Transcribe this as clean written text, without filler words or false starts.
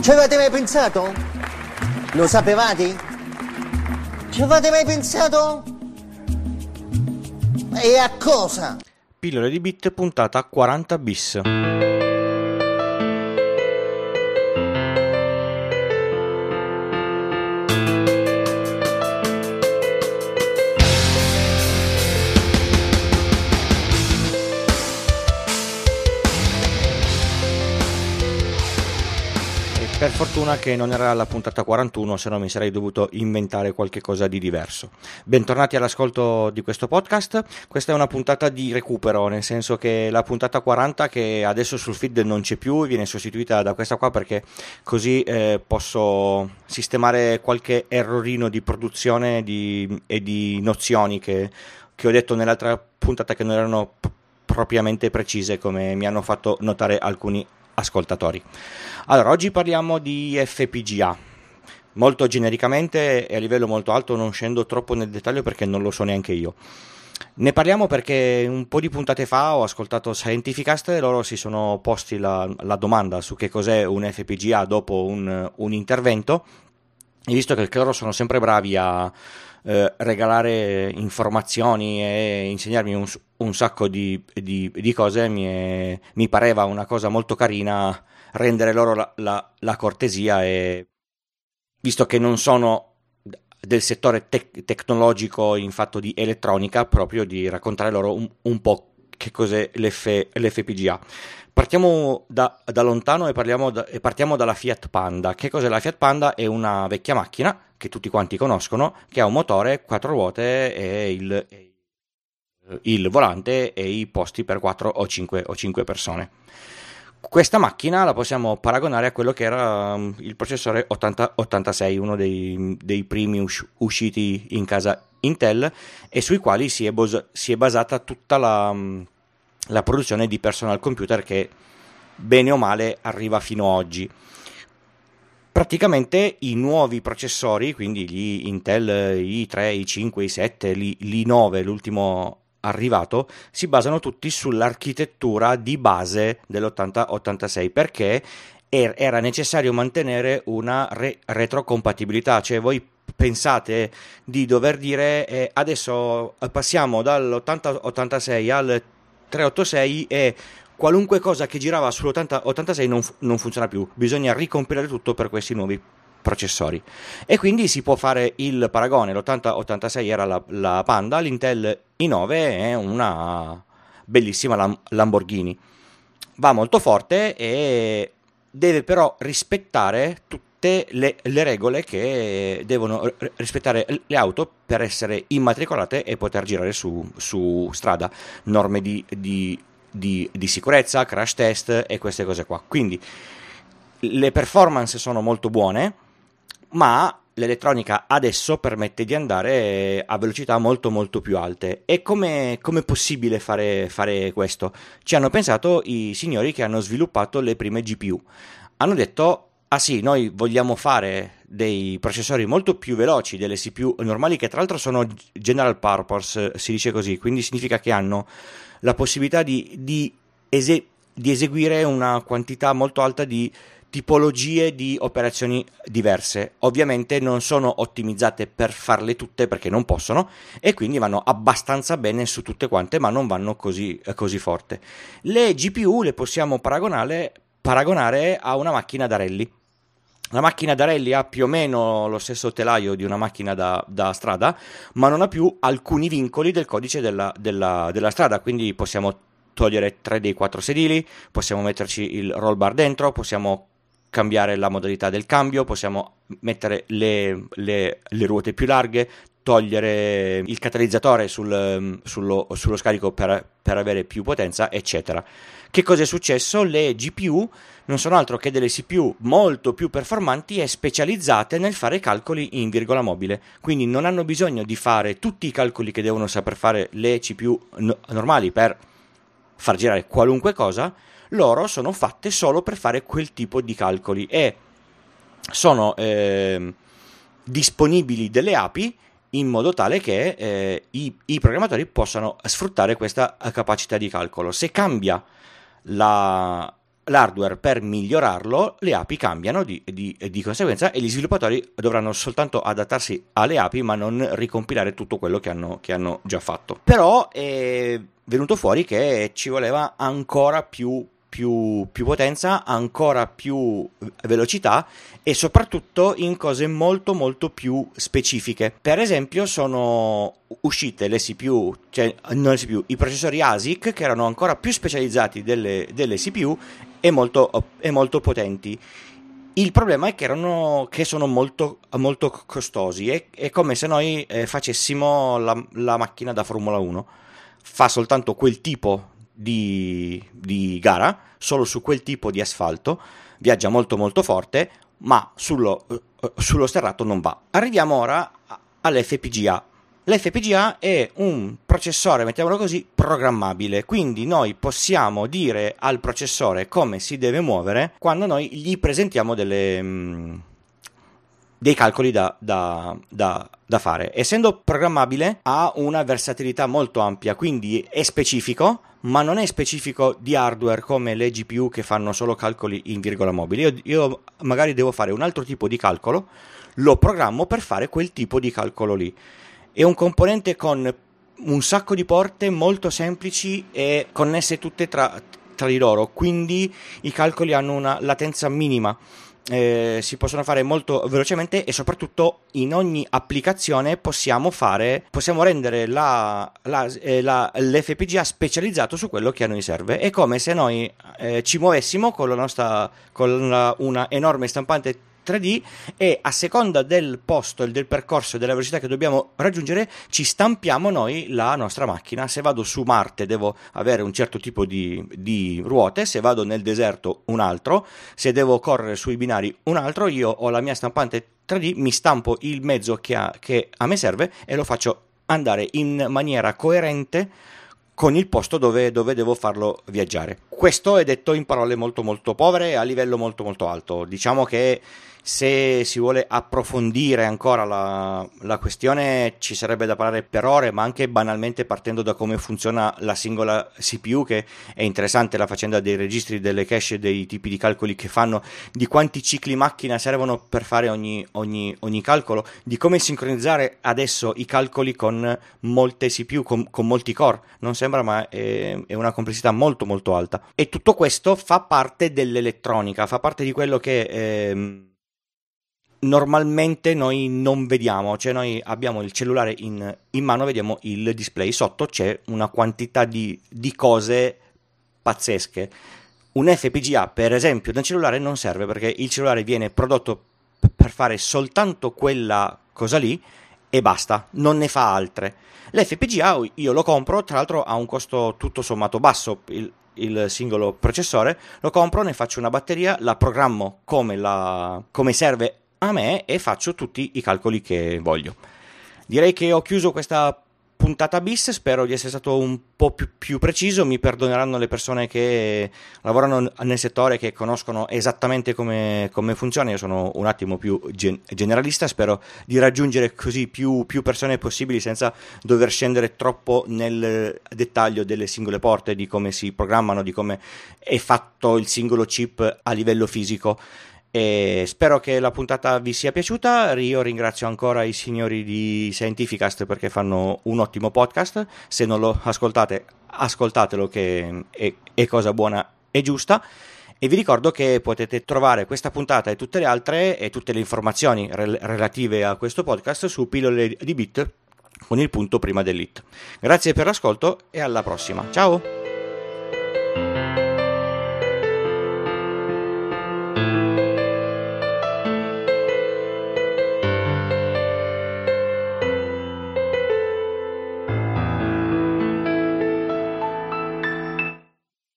Ci avete mai pensato? Lo sapevate? Ci avete mai pensato? E a cosa? Pillole di Bit puntata 40 bis. Per fortuna che non era la puntata 41, se no mi sarei dovuto inventare qualche cosa di diverso. Bentornati all'ascolto di questo podcast. Questa è una puntata di recupero, nel senso che la puntata 40, che adesso sul feed non c'è più, viene sostituita da questa qua perché così posso sistemare qualche errorino di produzione e di nozioni che ho detto nell'altra puntata che non erano propriamente precise, come mi hanno fatto notare alcuni ascoltatori. Allora, oggi parliamo di FPGA, molto genericamente e a livello molto alto, non scendo troppo nel dettaglio perché non lo so neanche io. Ne parliamo perché un po' di puntate fa ho ascoltato Scientificast e loro si sono posti la domanda su che cos'è un FPGA dopo un intervento, e visto che loro sono sempre bravi a regalare informazioni e insegnarmi un sacco di cose, mi pareva una cosa molto carina rendere loro la cortesia, e visto che non sono del settore tecnologico in fatto di elettronica, proprio di raccontare loro un po' che cos'è l'FPGA. Partiamo da lontano e partiamo dalla Fiat Panda. Che cos'è la Fiat Panda? È una vecchia macchina che tutti quanti conoscono, che ha un motore, 4 ruote e il volante e i posti per 4 o 5 persone. Questa macchina la possiamo paragonare a quello che era il processore 8086, uno dei primi usciti in casa Intel, e sui quali si è basata tutta la produzione di personal computer che bene o male arriva fino ad oggi. Praticamente i nuovi processori, quindi gli Intel i3, i5, i7, l'i9, l'ultimo arrivato, si basano tutti sull'architettura di base dell'8086 perché era necessario mantenere una retrocompatibilità, cioè voi pensate di dover dire adesso passiamo dall'8086 al 386 e qualunque cosa che girava sull'8086 non funziona più, bisogna ricompilare tutto per questi nuovi processori. E quindi si può fare il paragone: l'8086 era la Panda, l'Intel i9 è una bellissima Lamborghini, va molto forte e deve però rispettare tutte le regole che devono rispettare le auto per essere immatricolate e poter girare su strada, norme di sicurezza, crash test e queste cose qua. Quindi le performance sono molto buone, ma l'elettronica adesso permette di andare a velocità molto molto più alte. E come è possibile fare questo? Ci hanno pensato i signori che hanno sviluppato le prime GPU. Hanno detto: ah sì, noi vogliamo fare dei processori molto più veloci delle CPU normali, che tra l'altro sono general purpose, si dice così, quindi significa che hanno la possibilità di eseguire una quantità molto alta di tipologie di operazioni diverse. Ovviamente non sono ottimizzate per farle tutte perché non possono, e quindi vanno abbastanza bene su tutte quante, ma non vanno così forte. Le GPU le possiamo paragonare a una macchina da rally. La macchina da rally ha più o meno lo stesso telaio di una macchina da strada, ma non ha più alcuni vincoli del codice della strada, quindi possiamo togliere 3 dei 4 sedili, possiamo metterci il roll bar dentro, possiamo cambiare la modalità del cambio, possiamo mettere le ruote più larghe, togliere il catalizzatore sullo scarico per avere più potenza, eccetera. Che cosa è successo? Le GPU non sono altro che delle CPU molto più performanti e specializzate nel fare calcoli in virgola mobile, quindi non hanno bisogno di fare tutti i calcoli che devono saper fare le CPU normali per far girare qualunque cosa. Loro sono fatte solo per fare quel tipo di calcoli e sono disponibili delle API in modo tale che i programmatori possano sfruttare questa capacità di calcolo. Se cambia la l'hardware per migliorarlo, le API cambiano di conseguenza e gli sviluppatori dovranno soltanto adattarsi alle API ma non ricompilare tutto quello che hanno già fatto. Però è venuto fuori che ci voleva ancora più potenza, ancora più velocità e soprattutto in cose molto molto più specifiche. Per esempio sono uscite le CPU, cioè non le CPU, i processori ASIC che erano ancora più specializzati delle CPU e molto potenti. Il problema è che sono molto, molto costosi. È come se noi facessimo la macchina da Formula 1. Fa soltanto quel tipo di gara, solo su quel tipo di asfalto, viaggia molto molto forte, ma sullo sterrato non va. Arriviamo ora all'FPGA. L'FPGA è un processore, mettiamolo così, programmabile, quindi noi possiamo dire al processore come si deve muovere quando noi gli presentiamo dei calcoli da fare. Essendo programmabile ha una versatilità molto ampia, quindi è specifico, ma non è specifico di hardware come le GPU che fanno solo calcoli in virgola mobili. Io magari devo fare un altro tipo di calcolo, lo programmo per fare quel tipo di calcolo lì. È un componente con un sacco di porte molto semplici e connesse tutte tra di loro, quindi i calcoli hanno una latenza minima. Si possono fare molto velocemente e soprattutto in ogni applicazione possiamo rendere l'FPGA specializzato su quello che a noi serve. È come se noi ci muovessimo con una enorme stampante 3D e a seconda del posto e del percorso e della velocità che dobbiamo raggiungere ci stampiamo noi la nostra macchina. Se vado su Marte devo avere un certo tipo di ruote, se vado nel deserto un altro, se devo correre sui binari un altro. Io ho la mia stampante 3D, mi stampo il mezzo che a me serve e lo faccio andare in maniera coerente con il posto dove devo farlo viaggiare. Questo è detto in parole molto molto povere a livello molto molto alto. Diciamo che se si vuole approfondire ancora la questione ci sarebbe da parlare per ore, ma anche banalmente partendo da come funziona la singola CPU, che è interessante la faccenda dei registri, delle cache, dei tipi di calcoli che fanno, di quanti cicli macchina servono per fare ogni calcolo, di come sincronizzare adesso i calcoli con molte CPU, con molti core. Non sembra, ma è una complessità molto molto alta. E tutto questo fa parte dell'elettronica, fa parte di quello che normalmente noi non vediamo. Cioè noi abbiamo il cellulare in mano, vediamo il display, sotto c'è una quantità di cose pazzesche. Un FPGA per esempio nel cellulare non serve, perché il cellulare viene prodotto per fare soltanto quella cosa lì e basta, non ne fa altre. L'FPGA io lo compro, tra l'altro ha un costo tutto sommato basso, il singolo processore, lo compro, ne faccio una batteria, la programmo come serve a me e faccio tutti i calcoli che voglio. Direi che ho chiuso questa puntata bis, spero di essere stato un po' più preciso, mi perdoneranno le persone che lavorano nel settore, che conoscono esattamente come funziona. Io sono un attimo più generalista, spero di raggiungere così più persone possibili senza dover scendere troppo nel dettaglio delle singole porte, di come si programmano, di come è fatto il singolo chip a livello fisico. E spero che la puntata vi sia piaciuta. Io ringrazio ancora i signori di Scientificast perché fanno un ottimo podcast. Se non lo ascoltate, ascoltatelo, che è cosa buona e giusta. E vi ricordo che potete trovare questa puntata e tutte le altre e tutte le informazioni relative a questo podcast su Pillole di Bit con il punto prima dell'it. Grazie per l'ascolto e alla prossima. Ciao!